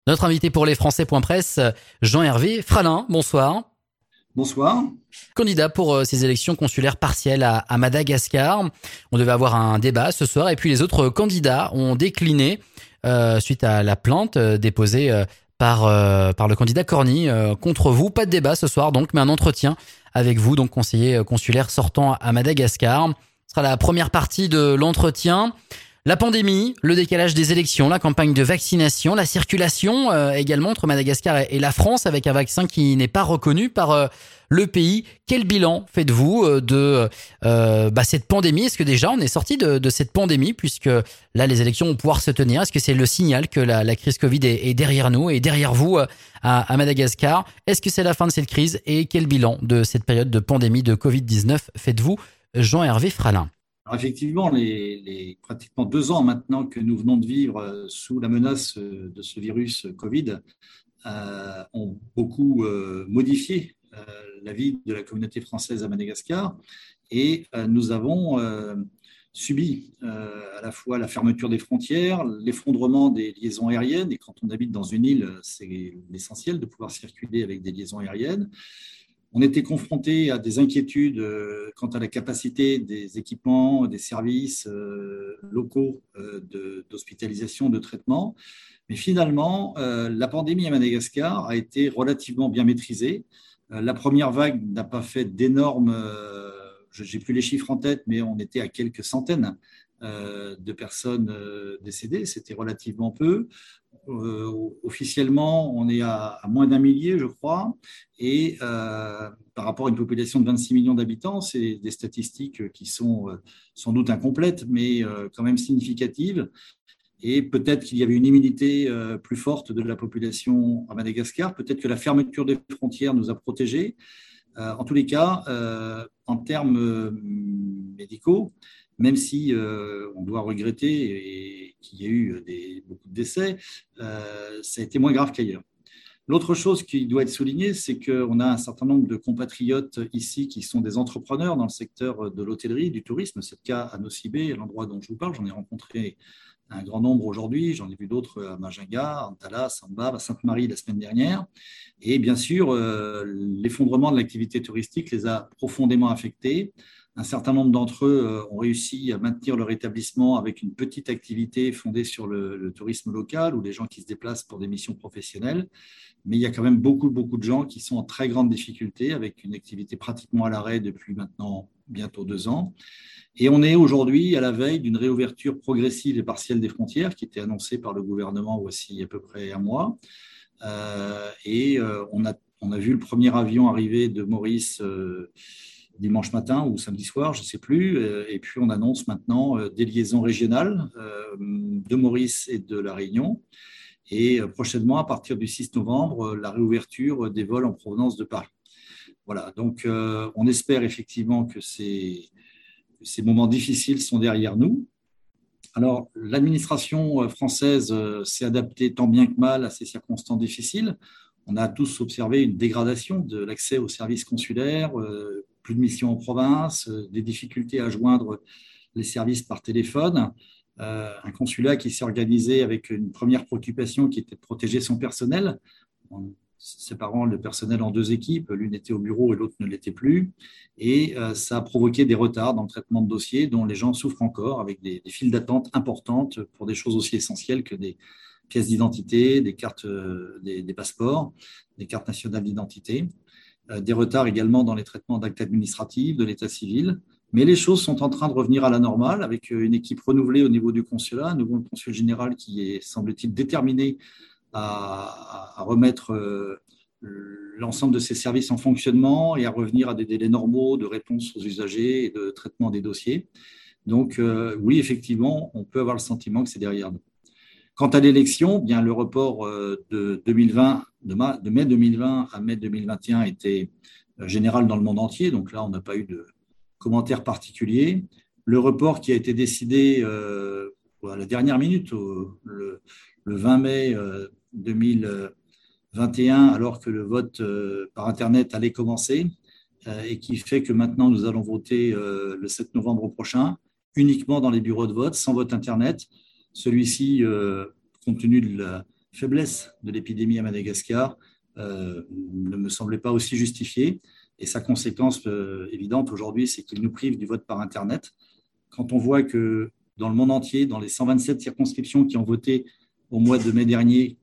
Notre invité pour les Français.press, Jean-Hervé Fralin, bonsoir. Bonsoir. Candidat pour ces élections consulaires partielles à Madagascar. On devait avoir un débat ce soir et puis les autres candidats ont décliné suite à la plainte déposée par le candidat Corny contre vous. Pas de débat ce soir donc, mais un entretien avec vous, donc conseiller consulaire sortant à Madagascar. Ce sera la première partie de l'entretien. La pandémie, le décalage des élections, la campagne de vaccination, la circulation également entre Madagascar et la France avec un vaccin qui n'est pas reconnu par le pays. Quel bilan faites-vous de cette pandémie? Est-ce que déjà on est sorti de cette pandémie puisque là les élections vont pouvoir se tenir? Est-ce que c'est le signal que la crise Covid est derrière nous et derrière vous à Madagascar? Est-ce que c'est la fin de cette crise et quel bilan de cette période de pandémie de Covid-19 faites-vous, Jean-Hervé Fralin? Alors effectivement, les pratiquement 2 ans maintenant que nous venons de vivre sous la menace de ce virus Covid ont beaucoup modifié la vie de la communauté française à Madagascar et nous avons subi à la fois la fermeture des frontières, l'effondrement des liaisons aériennes, et quand on habite dans une île, c'est l'essentiel de pouvoir circuler avec des liaisons aériennes. On était confronté à des inquiétudes quant à la capacité des équipements, des services locaux d'hospitalisation, de traitement. Mais finalement, la pandémie à Madagascar a été relativement bien maîtrisée. La première vague n'a pas fait d'énormes, je n'ai plus les chiffres en tête, mais on était à quelques centaines de personnes décédées. C'était relativement peu. Officiellement, on est à moins d'un millier, je crois, et par rapport à une population de 26 millions d'habitants, c'est des statistiques qui sont sans doute incomplètes, mais quand même significatives. Et peut-être qu'il y avait une immunité plus forte de la population à Madagascar, peut-être que la fermeture des frontières nous a protégés. En tous les cas, en termes médicaux, même si on doit regretter qu'il y ait eu beaucoup de décès, ça a été moins grave qu'ailleurs. L'autre chose qui doit être soulignée, c'est qu'on a un certain nombre de compatriotes ici qui sont des entrepreneurs dans le secteur de l'hôtellerie, du tourisme. C'est le cas à Nosy Be, à l'endroit dont je vous parle. J'en ai rencontré un grand nombre aujourd'hui. J'en ai vu d'autres à Majinga, à Antala, à Samba, à Sainte-Marie la semaine dernière. Et bien sûr, l'effondrement de l'activité touristique les a profondément affectés. Un certain nombre d'entre eux ont réussi à maintenir leur établissement avec une petite activité fondée sur le tourisme local ou les gens qui se déplacent pour des missions professionnelles. Mais il y a quand même beaucoup de gens qui sont en très grande difficulté avec une activité pratiquement à l'arrêt depuis maintenant bientôt 2 ans. Et on est aujourd'hui à la veille d'une réouverture progressive et partielle des frontières qui était annoncée par le gouvernement voici à peu près un mois. On a vu le premier avion arriver de Maurice dimanche matin ou samedi soir, je ne sais plus. Et puis on annonce maintenant des liaisons régionales de Maurice et de La Réunion. Et prochainement, à partir du 6 novembre, la réouverture des vols en provenance de Paris. Voilà, donc on espère effectivement que ces moments difficiles sont derrière nous. Alors, l'administration française s'est adaptée tant bien que mal à ces circonstances difficiles. On a tous observé une dégradation de l'accès aux services consulaires, plus de missions en province, des difficultés à joindre les services par téléphone. Un consulat qui s'est organisé avec une première préoccupation qui était de protéger son personnel, en séparant le personnel en 2 équipes, l'une était au bureau et l'autre ne l'était plus. Et ça a provoqué des retards dans le traitement de dossiers dont les gens souffrent encore, avec des files d'attente importantes pour des choses aussi essentielles que des pièces d'identité, des cartes, des passeports, des cartes nationales d'identité. Des retards également dans les traitements d'actes administratifs, de l'état civil. Mais les choses sont en train de revenir à la normale avec une équipe renouvelée au niveau du consulat, un nouveau consul général qui est, semble-t-il, déterminé à remettre l'ensemble de ces services en fonctionnement et à revenir à des délais normaux de réponse aux usagers et de traitement des dossiers. Donc, oui, effectivement, on peut avoir le sentiment que c'est derrière nous. Quant à l'élection, bien, le report de 2020, de mai 2020 à mai 2021 était général dans le monde entier. Donc là, on n'a pas eu de commentaires particuliers. Le report qui a été décidé à la dernière minute, le 20 mai 2021, alors que le vote par Internet allait commencer, et qui fait que maintenant nous allons voter le 7 novembre prochain, uniquement dans les bureaux de vote, sans vote Internet. Celui-ci, compte tenu de faiblesse de l'épidémie à Madagascar ne me semblait pas aussi justifiée. Et sa conséquence évidente aujourd'hui, c'est qu'il nous prive du vote par Internet. Quand on voit que dans le monde entier, dans les 127 circonscriptions qui ont voté au mois de mai dernier,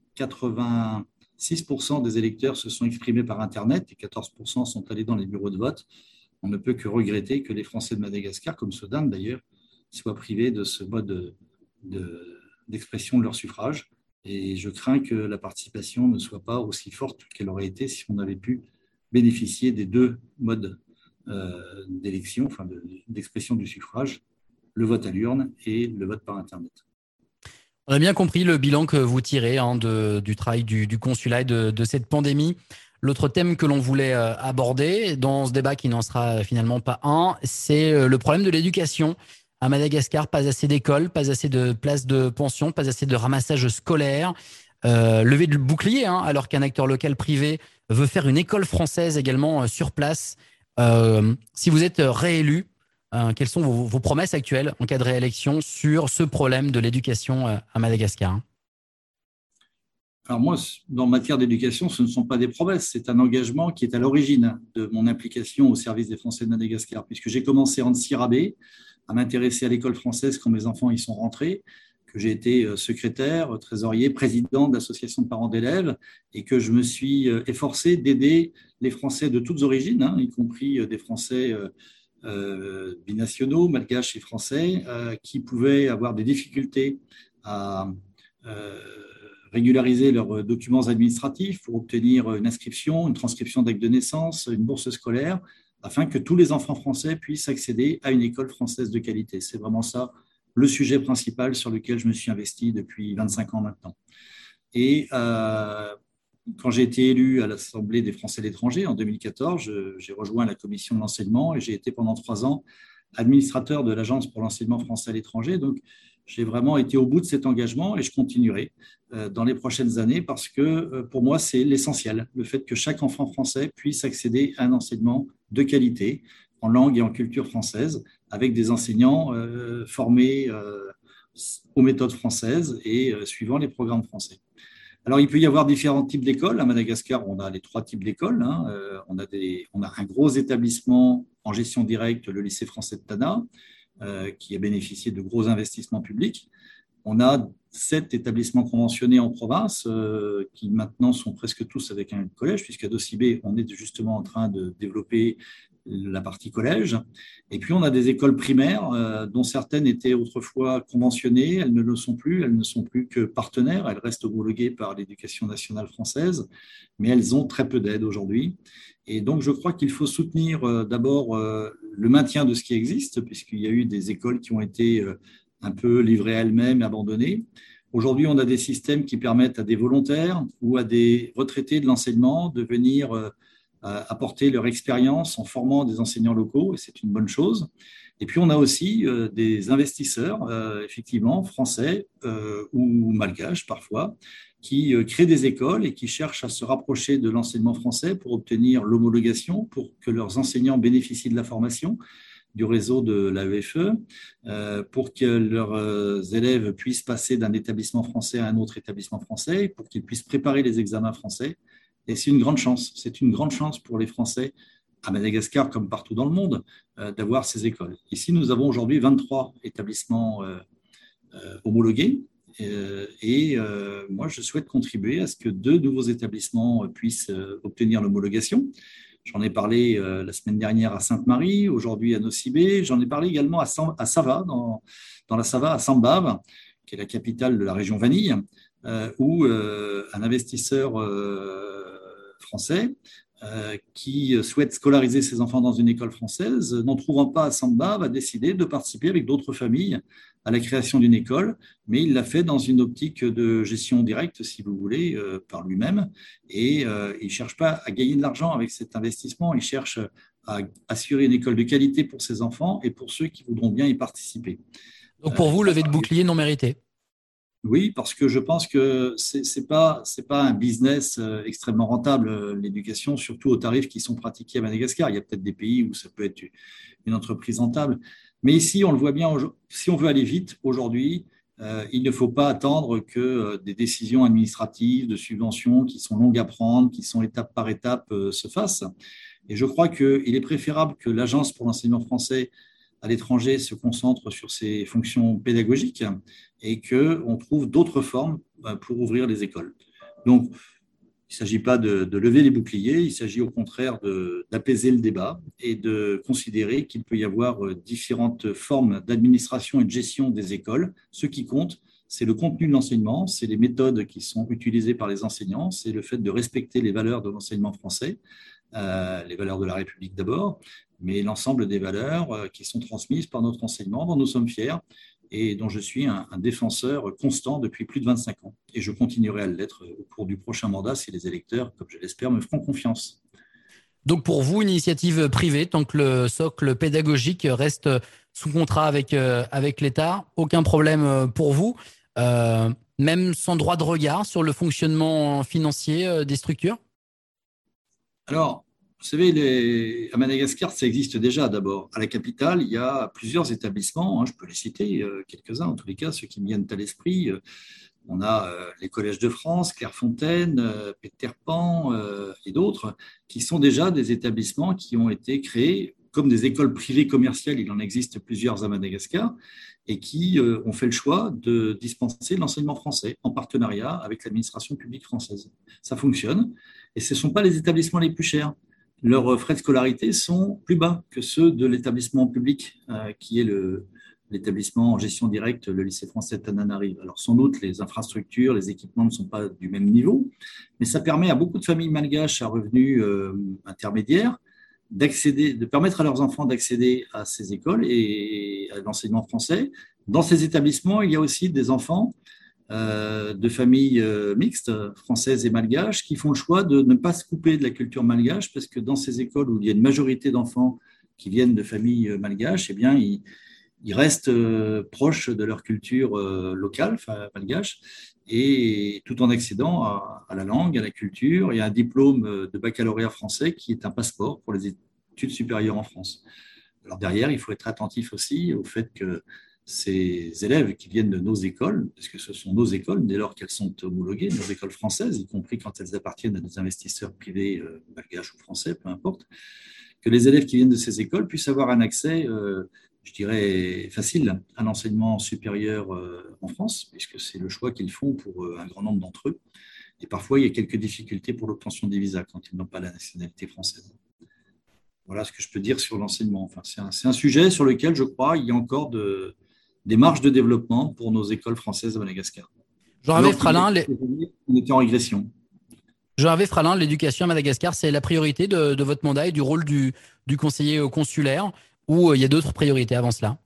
86% des électeurs se sont exprimés par Internet et 14% sont allés dans les bureaux de vote, on ne peut que regretter que les Français de Madagascar, comme ceux d'Inde d'ailleurs, soient privés de ce mode d'expression de leur suffrage. Et je crains que la participation ne soit pas aussi forte qu'elle aurait été si on avait pu bénéficier des deux modes d'élection, enfin d'expression du suffrage, le vote à l'urne et le vote par Internet. On a bien compris le bilan que vous tirez du travail du consulat et de cette pandémie. L'autre thème que l'on voulait aborder dans ce débat qui n'en sera finalement pas un, c'est le problème de l'éducation. À Madagascar, pas assez d'écoles, pas assez de places de pension, pas assez de ramassage scolaire. Levé de bouclier, alors qu'un acteur local privé veut faire une école française également sur place. Si vous êtes réélu, quelles sont vos promesses actuelles en cas de réélection sur ce problème de l'éducation à Madagascar? Alors moi, en matière d'éducation, ce ne sont pas des promesses, c'est un engagement qui est à l'origine de mon implication au service des Français de Madagascar, puisque j'ai commencé en Sirabé à m'intéresser à l'école française quand mes enfants y sont rentrés, que j'ai été secrétaire, trésorier, président de l'association de parents d'élèves, et que je me suis efforcé d'aider les Français de toutes origines, y compris des Français binationaux, malgaches et français, qui pouvaient avoir des difficultés à régulariser leurs documents administratifs pour obtenir une inscription, une transcription d'acte de naissance, une bourse scolaire, afin que tous les enfants français puissent accéder à une école française de qualité. C'est vraiment ça le sujet principal sur lequel je me suis investi depuis 25 ans maintenant. Et quand j'ai été élu à l'Assemblée des Français de l'étranger en 2014, j'ai rejoint la commission de l'enseignement et j'ai été pendant 3 ans administrateur de l'Agence pour l'enseignement français à l'étranger. Donc, j'ai vraiment été au bout de cet engagement et je continuerai dans les prochaines années parce que pour moi, c'est l'essentiel, le fait que chaque enfant français puisse accéder à un enseignement de qualité en langue et en culture française avec des enseignants formés aux méthodes françaises et suivant les programmes français. Alors, il peut y avoir différents types d'écoles. À Madagascar, on a les 3 types d'écoles. On a un gros établissement en gestion directe, le lycée français de Tana, qui a bénéficié de gros investissements publics. On a 7 établissements conventionnés en province qui maintenant sont presque tous avec un collège, puisqu'à Dosibé, on est justement en train de développer la partie collège. Et puis, on a des écoles primaires dont certaines étaient autrefois conventionnées. Elles ne le sont plus. Elles ne sont plus que partenaires. Elles restent homologuées par l'Éducation nationale française, mais elles ont très peu d'aide aujourd'hui. Et donc, je crois qu'il faut soutenir d'abord le maintien de ce qui existe, puisqu'il y a eu des écoles qui ont été un peu livrées à elles-mêmes, abandonnées. Aujourd'hui, on a des systèmes qui permettent à des volontaires ou à des retraités de l'enseignement de venir apporter leur expérience en formant des enseignants locaux, et c'est une bonne chose. Et puis, on a aussi des investisseurs, effectivement, français ou malgaches parfois, qui créent des écoles et qui cherchent à se rapprocher de l'enseignement français pour obtenir l'homologation, pour que leurs enseignants bénéficient de la formation du réseau de l'AEFE, pour que leurs élèves puissent passer d'un établissement français à un autre établissement français, pour qu'ils puissent préparer les examens français. Et c'est une grande chance. C'est une grande chance pour les Français à Madagascar comme partout dans le monde d'avoir ces écoles. Ici, nous avons aujourd'hui 23 établissements homologués. Moi, je souhaite contribuer à ce que 2 nouveaux établissements puissent obtenir l'homologation. J'en ai parlé la semaine dernière à Sainte-Marie, aujourd'hui à Nosibé. J'en ai parlé également à Sava, dans la Sava, à Sambave, qui est la capitale de la région Vanille, où un investisseur français qui souhaite scolariser ses enfants dans une école française, n'en trouvant pas à Samba, va décider de participer avec d'autres familles à la création d'une école, mais il l'a fait dans une optique de gestion directe, si vous voulez, par lui-même. Et il ne cherche pas à gagner de l'argent avec cet investissement, il cherche à assurer une école de qualité pour ses enfants et pour ceux qui voudront bien y participer. Donc pour vous, levée de bouclier non méritée? Oui, parce que je pense que ce n'est pas un business extrêmement rentable, l'éducation, surtout aux tarifs qui sont pratiqués à Madagascar. Il y a peut-être des pays où ça peut être une entreprise rentable. Mais ici, on le voit bien, si on veut aller vite, aujourd'hui, Il ne faut pas attendre que des décisions administratives, de subventions qui sont longues à prendre, qui sont étape par étape, se fassent. Et je crois qu'il est préférable que l'Agence pour l'enseignement français à l'étranger se concentre sur ses fonctions pédagogiques et qu'on trouve d'autres formes pour ouvrir les écoles. Donc, il ne s'agit pas de lever les boucliers, il s'agit au contraire d'apaiser le débat et de considérer qu'il peut y avoir différentes formes d'administration et de gestion des écoles. Ce qui compte, c'est le contenu de l'enseignement, c'est les méthodes qui sont utilisées par les enseignants, c'est le fait de respecter les valeurs de l'enseignement français, les valeurs de la République d'abord, mais l'ensemble des valeurs qui sont transmises par notre enseignement, dont nous sommes fiers et dont je suis un défenseur constant depuis plus de 25 ans. Et je continuerai à l'être au cours du prochain mandat si les électeurs, comme je l'espère, me feront confiance. Donc pour vous, une initiative privée, tant que le socle pédagogique reste sous contrat avec l'État, aucun problème pour vous, même sans droit de regard sur le fonctionnement financier des structures? Alors, vous savez, à Madagascar, ça existe déjà d'abord. À la capitale, il y a plusieurs établissements, je peux les citer, quelques-uns en tous les cas, ceux qui me viennent à l'esprit. On a les collèges de France, Clairefontaine, Peter Pan et d'autres, qui sont déjà des établissements qui ont été créés comme des écoles privées commerciales. Il en existe plusieurs à Madagascar et qui ont fait le choix de dispenser l'enseignement français en partenariat avec l'administration publique française. Ça fonctionne et ce ne sont pas les établissements les plus chers. Leurs frais de scolarité sont plus bas que ceux de l'établissement public qui est l'établissement en gestion directe, le lycée français de Tananarive. Alors sans doute, les infrastructures, les équipements ne sont pas du même niveau, mais ça permet à beaucoup de familles malgaches à revenus intermédiaires de permettre à leurs enfants d'accéder à ces écoles et à l'enseignement français. Dans ces établissements, il y a aussi des enfants de familles mixtes, françaises et malgaches, qui font le choix de ne pas se couper de la culture malgache, parce que dans ces écoles où il y a une majorité d'enfants qui viennent de familles malgaches, eh bien, ils restent proches de leur culture locale, malgache, et tout en accédant à la langue, à la culture et à un diplôme de baccalauréat français qui est un passeport pour les études supérieures en France. Alors derrière, il faut être attentif aussi au fait que ces élèves qui viennent de nos écoles, parce que ce sont nos écoles dès lors qu'elles sont homologuées, nos écoles françaises, y compris quand elles appartiennent à des investisseurs privés malgaches ou français, peu importe, que les élèves qui viennent de ces écoles puissent avoir un accès je dirais, facile à l'enseignement supérieur en France, puisque c'est le choix qu'ils font pour un grand nombre d'entre eux. Et parfois, il y a quelques difficultés pour l'obtention des visas quand ils n'ont pas la nationalité française. Voilà ce que je peux dire sur l'enseignement. Enfin, c'est un sujet sur lequel, je crois, il y a encore des marges de développement pour nos écoles françaises à Madagascar. Jean-Hervé Fralin, on était en régression. Jean-Hervé Fralin, l'éducation à Madagascar, c'est la priorité de votre mandat et du rôle du conseiller consulaire, ou il y a d'autres priorités avant cela?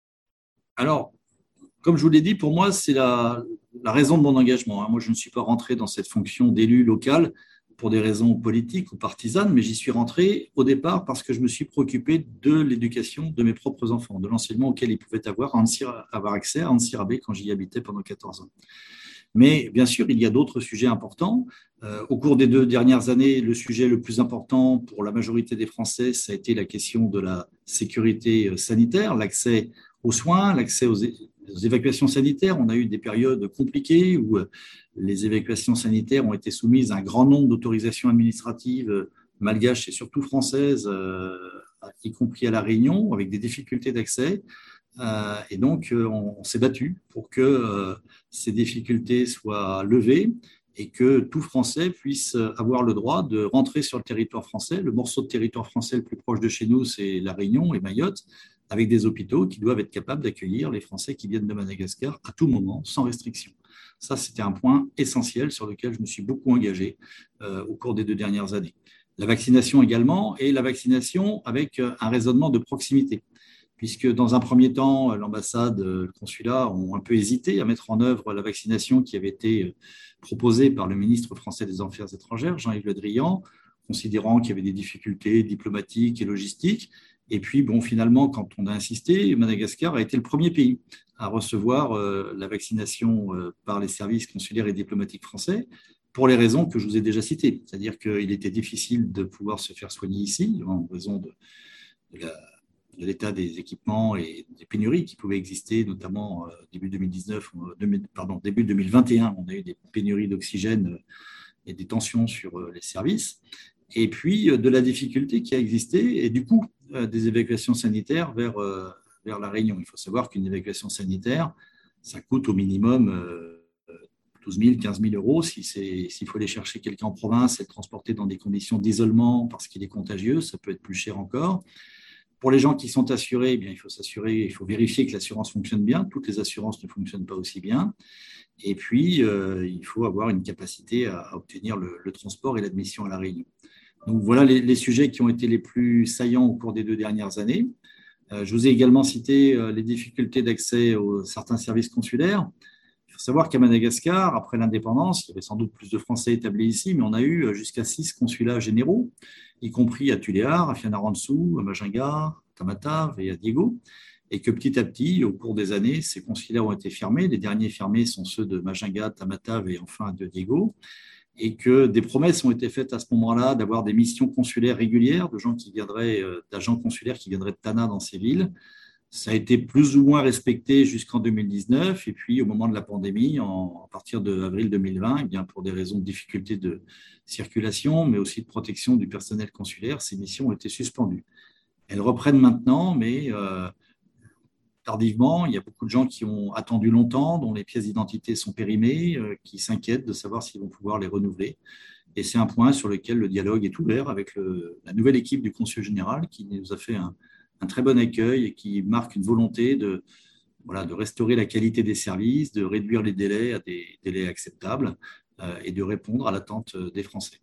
Alors, comme je vous l'ai dit, pour moi, c'est la raison de mon engagement. Moi, je ne suis pas rentré dans cette fonction d'élu local pour des raisons politiques ou partisanes, mais j'y suis rentré au départ parce que je me suis préoccupé de l'éducation de mes propres enfants, de l'enseignement auquel ils pouvaient avoir accès à Antsirabe quand j'y habitais pendant 14 ans. Mais bien sûr, il y a d'autres sujets importants. Au cours des 2 dernières années, le sujet le plus important pour la majorité des Français, ça a été la question de la sécurité sanitaire, l'accès aux soins, l'accès aux évacuations sanitaires. On a eu des périodes compliquées où les évacuations sanitaires ont été soumises à un grand nombre d'autorisations administratives malgaches et surtout françaises, y compris à La Réunion, avec des difficultés d'accès. Et donc, on s'est battu pour que ces difficultés soient levées et que tout Français puisse avoir le droit de rentrer sur le territoire français. Le morceau de territoire français le plus proche de chez nous, c'est La Réunion et Mayotte, avec des hôpitaux qui doivent être capables d'accueillir les Français qui viennent de Madagascar à tout moment, sans restriction. Ça, c'était un point essentiel sur lequel je me suis beaucoup engagé au cours des 2 dernières années. La vaccination également, et la vaccination avec un raisonnement de proximité, puisque dans un premier temps, l'ambassade, le consulat ont un peu hésité à mettre en œuvre la vaccination qui avait été proposée par le ministre français des Affaires étrangères, Jean-Yves Le Drian, considérant qu'il y avait des difficultés diplomatiques et logistiques. Et puis, finalement, quand on a insisté, Madagascar a été le premier pays à recevoir la vaccination par les services consulaires et diplomatiques français, pour les raisons que je vous ai déjà citées. C'est-à-dire qu'il était difficile de pouvoir se faire soigner ici, en raison de la de l'état des équipements et des pénuries qui pouvaient exister, notamment début 2019, début 2021, on a eu des pénuries d'oxygène et des tensions sur les services. Et puis de la difficulté qui a existé et du coup des évacuations sanitaires vers la Réunion. Il faut savoir qu'une évacuation sanitaire, ça coûte au minimum 12 000, 15 000 euros. S'il faut aller chercher quelqu'un en province et le transporter dans des conditions d'isolement parce qu'il est contagieux, ça peut être plus cher encore. Pour les gens qui sont assurés, eh bien, il faut vérifier que l'assurance fonctionne bien. Toutes les assurances ne fonctionnent pas aussi bien. Et puis, il faut avoir une capacité à obtenir le transport et l'admission à la Réunion. Donc, voilà les sujets qui ont été les plus saillants au cours des 2 dernières années. Je vous ai également cité les difficultés d'accès à certains services consulaires. Il faut savoir qu'à Madagascar, après l'indépendance, il y avait sans doute plus de Français établis ici, mais on a eu jusqu'à 6 consulats généraux, y compris à Tuléar, à Fianarantsoa, à Majinga, à Tamatave et à Diego. Et que petit à petit, au cours des années, ces consulats ont été fermés. Les derniers fermés sont ceux de Majinga, Tamatave et enfin de Diego. Et que des promesses ont été faites à ce moment-là d'avoir des missions consulaires régulières de gens qui viendraient, d'agents consulaires qui viendraient de Tana dans ces villes. Ça a été plus ou moins respecté jusqu'en 2019. Et puis, au moment de la pandémie, à partir d'avril 2020, eh bien, pour des raisons de difficulté de circulation, mais aussi de protection du personnel consulaire, ces missions ont été suspendues. Elles reprennent maintenant, mais tardivement. Il y a beaucoup de gens qui ont attendu longtemps, dont les pièces d'identité sont périmées, qui s'inquiètent de savoir s'ils vont pouvoir les renouveler. Et c'est un point sur lequel le dialogue est ouvert avec la nouvelle équipe du Consul général qui nous a fait un très bon accueil et qui marque une volonté de restaurer la qualité des services, de réduire les délais à des délais acceptables et de répondre à l'attente des Français.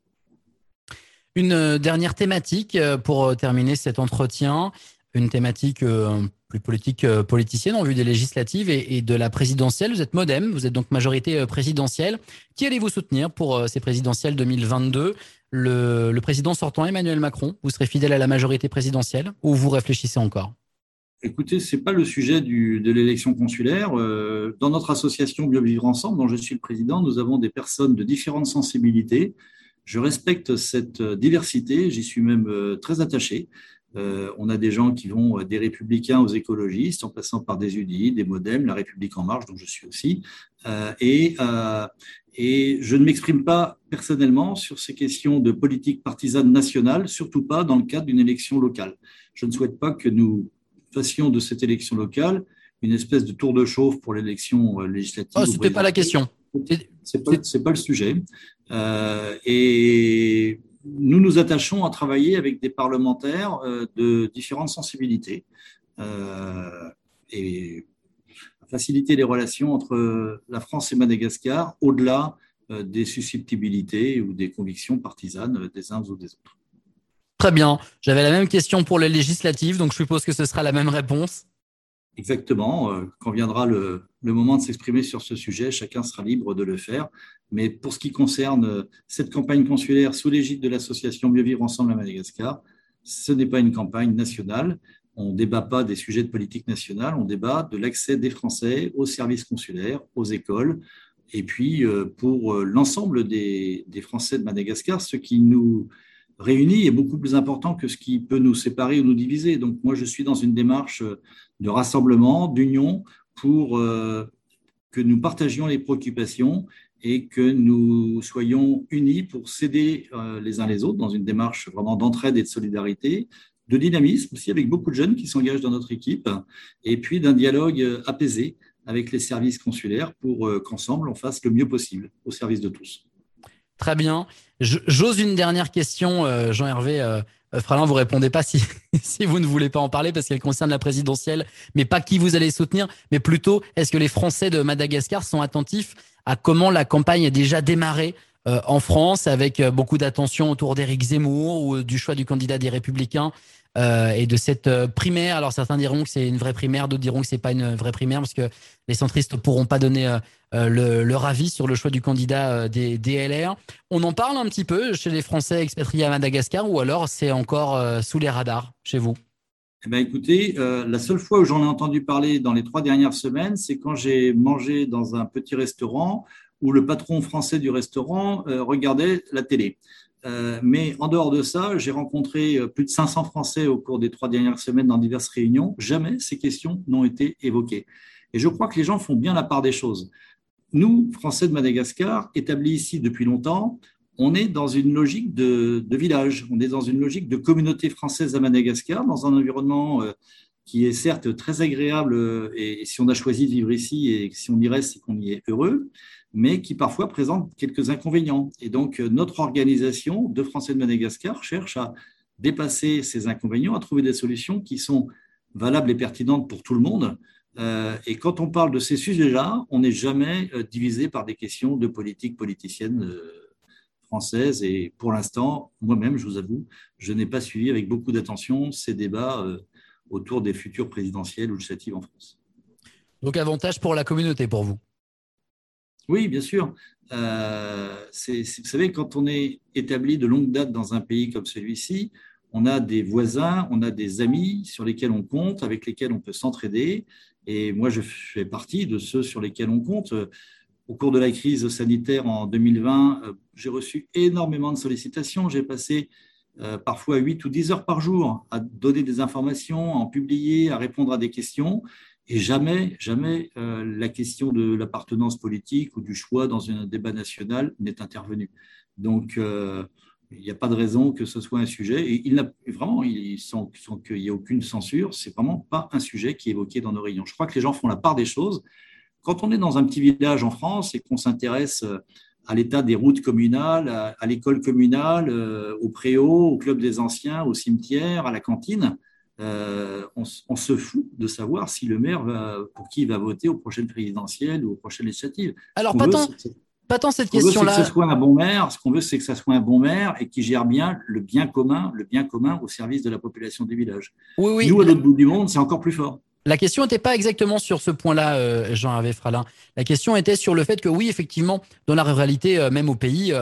Une dernière thématique pour terminer cet entretien, une thématique plus politique, politicienne en vue des législatives et de la présidentielle. Vous êtes MoDem, vous êtes donc majorité présidentielle. Qui allez-vous soutenir pour ces présidentielles 2022 ? Le président sortant Emmanuel Macron, vous serez fidèle à la majorité présidentielle ou vous réfléchissez encore ? Écoutez, ce n'est pas le sujet de l'élection consulaire. Dans notre association Mieux Vivre Ensemble, dont je suis le président, nous avons des personnes de différentes sensibilités. Je respecte cette diversité, j'y suis même très attaché. On a des gens qui vont des républicains aux écologistes, en passant par des UDI, des MoDem, La République En Marche, dont je suis aussi. Et je ne m'exprime pas personnellement sur ces questions de politique partisane nationale, surtout pas dans le cadre d'une élection locale. Je ne souhaite pas que nous fassions de cette élection locale une espèce de tour de chauffe pour l'élection législative. Oh, ce n'était pas la question. C'est pas le sujet. Et nous nous attachons à travailler avec des parlementaires de différentes sensibilités et à faciliter les relations entre la France et Madagascar au-delà des susceptibilités ou des convictions partisanes des uns ou des autres. Très bien. J'avais la même question pour les législatives, donc je suppose que ce sera la même réponse. Exactement. Quand viendra le moment de s'exprimer sur ce sujet, chacun sera libre de le faire. Mais pour ce qui concerne cette campagne consulaire sous l'égide de l'association Mieux Vivre Ensemble à Madagascar, ce n'est pas une campagne nationale. On ne débat pas des sujets de politique nationale, on débat de l'accès des Français aux services consulaires, aux écoles. Et puis, pour l'ensemble des Français de Madagascar, ce qui nous réunis est beaucoup plus important que ce qui peut nous séparer ou nous diviser. Donc, moi, je suis dans une démarche de rassemblement, d'union, pour que nous partagions les préoccupations et que nous soyons unis pour s'aider les uns les autres dans une démarche vraiment d'entraide et de solidarité, de dynamisme aussi avec beaucoup de jeunes qui s'engagent dans notre équipe, et puis d'un dialogue apaisé avec les services consulaires pour qu'ensemble on fasse le mieux possible au service de tous. Très bien. J'ose une dernière question, Jean-Hervé Fralin, vous répondez pas si vous ne voulez pas en parler parce qu'elle concerne la présidentielle, mais pas qui vous allez soutenir, mais plutôt est-ce que les Français de Madagascar sont attentifs à comment la campagne a déjà démarré en France avec beaucoup d'attention autour d'Éric Zemmour ou du choix du candidat des Républicains et de cette primaire. Alors certains diront que c'est une vraie primaire, d'autres diront que c'est pas une vraie primaire parce que les centristes pourront pas donner leur avis sur le choix du candidat des LR. On en parle un petit peu chez les Français expatriés à Madagascar ou alors c'est encore sous les radars chez vous? Eh bien, écoutez, la seule fois où j'en ai entendu parler dans les 3 dernières semaines, c'est quand j'ai mangé dans un petit restaurant où le patron français du restaurant regardait la télé. Mais en dehors de ça, j'ai rencontré plus de 500 Français au cours des 3 dernières semaines dans diverses réunions. Jamais ces questions n'ont été évoquées. Et je crois que les gens font bien la part des choses. Nous, Français de Madagascar, établis ici depuis longtemps, on est dans une logique de village, on est dans une logique de communauté française à Madagascar, dans un environnement qui est certes très agréable, et si on a choisi de vivre ici et si on y reste, c'est qu'on y est heureux, mais qui parfois présente quelques inconvénients. Et donc, notre organisation de Français de Madagascar cherche à dépasser ces inconvénients, à trouver des solutions qui sont valables et pertinentes pour tout le monde. Et quand on parle de ces sujets-là, on n'est jamais divisé par des questions de politique politicienne française. Et pour l'instant, moi-même, je vous avoue, je n'ai pas suivi avec beaucoup d'attention ces débats autour des futures présidentielles ou législatives en France. Donc avantage pour la communauté pour vous. Oui, bien sûr. Vous savez, quand on est établi de longue date dans un pays comme celui-ci, on a des voisins, on a des amis sur lesquels on compte, avec lesquels on peut s'entraider. Et moi, je fais partie de ceux sur lesquels on compte. Au cours de la crise sanitaire en 2020, j'ai reçu énormément de sollicitations. J'ai passé parfois 8 ou 10 heures par jour à donner des informations, à en publier, à répondre à des questions. Et jamais, jamais la question de l'appartenance politique ou du choix dans un débat national n'est intervenue. Donc, il n'y a pas de raison que ce soit un sujet. Et vraiment, sans qu'il n'y ait aucune censure, c'est vraiment pas un sujet qui est évoqué dans nos réunions. Je crois que les gens font la part des choses. Quand on est dans un petit village en France et qu'on s'intéresse à l'état des routes communales, à l'école communale, au préau, au club des anciens, au cimetière, à la cantine, on se fout de savoir si le maire pour qui il va voter aux prochaines présidentielles ou aux prochaines législatives. Alors, pas tant cette Ce qu'on veut, c'est que ce question-là. soit un bon maire. Ce qu'on veut, c'est que ce soit un bon maire et qui gère bien le bien commun au service de la population du village. Oui, oui. Nous, à l'autre bout du monde, c'est encore plus fort. La question n'était pas exactement sur ce point-là, Jean-Hervé Fralin. La question était sur le fait que oui, effectivement, dans la ruralité, même au pays,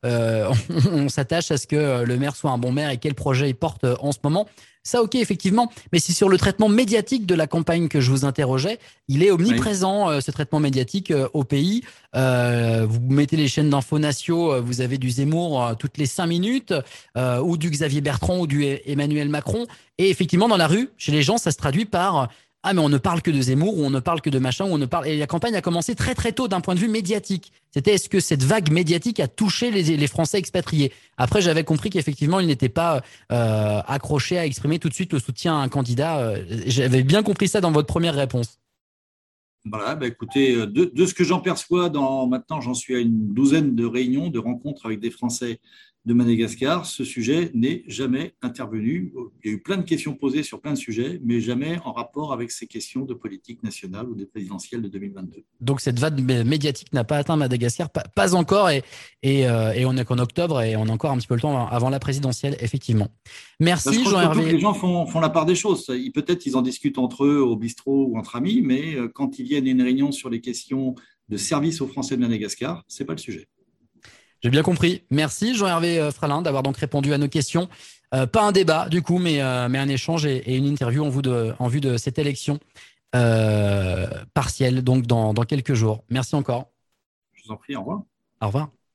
on s'attache à ce que le maire soit un bon maire et quel projet il porte en ce moment. Ça, ok, effectivement. Mais c'est sur le traitement médiatique de la campagne que je vous interrogeais. Il est Oui. omniprésent, ce traitement médiatique au pays. Vous mettez les chaînes d'infos nationaux, vous avez du Zemmour toutes les 5 minutes, ou du Xavier Bertrand ou du Emmanuel Macron. Et effectivement, dans la rue, chez les gens, ça se traduit par ah, mais on ne parle que de Zemmour, ou on ne parle que de machin, ou on ne parle. Et la campagne a commencé très très tôt d'un point de vue médiatique. C'était est-ce que cette vague médiatique a touché les Français expatriés? Après, j'avais compris qu'effectivement, ils n'étaient pas accrochés à exprimer tout de suite le soutien à un candidat. J'avais bien compris ça dans votre première réponse. Voilà, bah écoutez, de ce que j'en perçois, maintenant j'en suis à une douzaine de réunions, de rencontres avec des Français de Madagascar, ce sujet n'est jamais intervenu. Il y a eu plein de questions posées sur plein de sujets, mais jamais en rapport avec ces questions de politique nationale ou des présidentielles de 2022. Donc cette vague médiatique n'a pas atteint Madagascar, pas encore, et on n'est qu'en octobre et on a encore un petit peu le temps avant la présidentielle, effectivement. Je Merci crois surtout que Jean-Hervé. les gens font la part des choses. Peut-être ils en discutent entre eux au bistrot ou entre amis, mais quand ils viennent à une réunion sur les questions de service aux Français de Madagascar, ce n'est pas le sujet. J'ai bien compris. Merci Jean-Hervé Fralin d'avoir donc répondu à nos questions. Pas un débat du coup, mais un échange et une interview en vue de cette élection partielle, donc dans quelques jours. Merci encore. Je vous en prie, au revoir. Au revoir.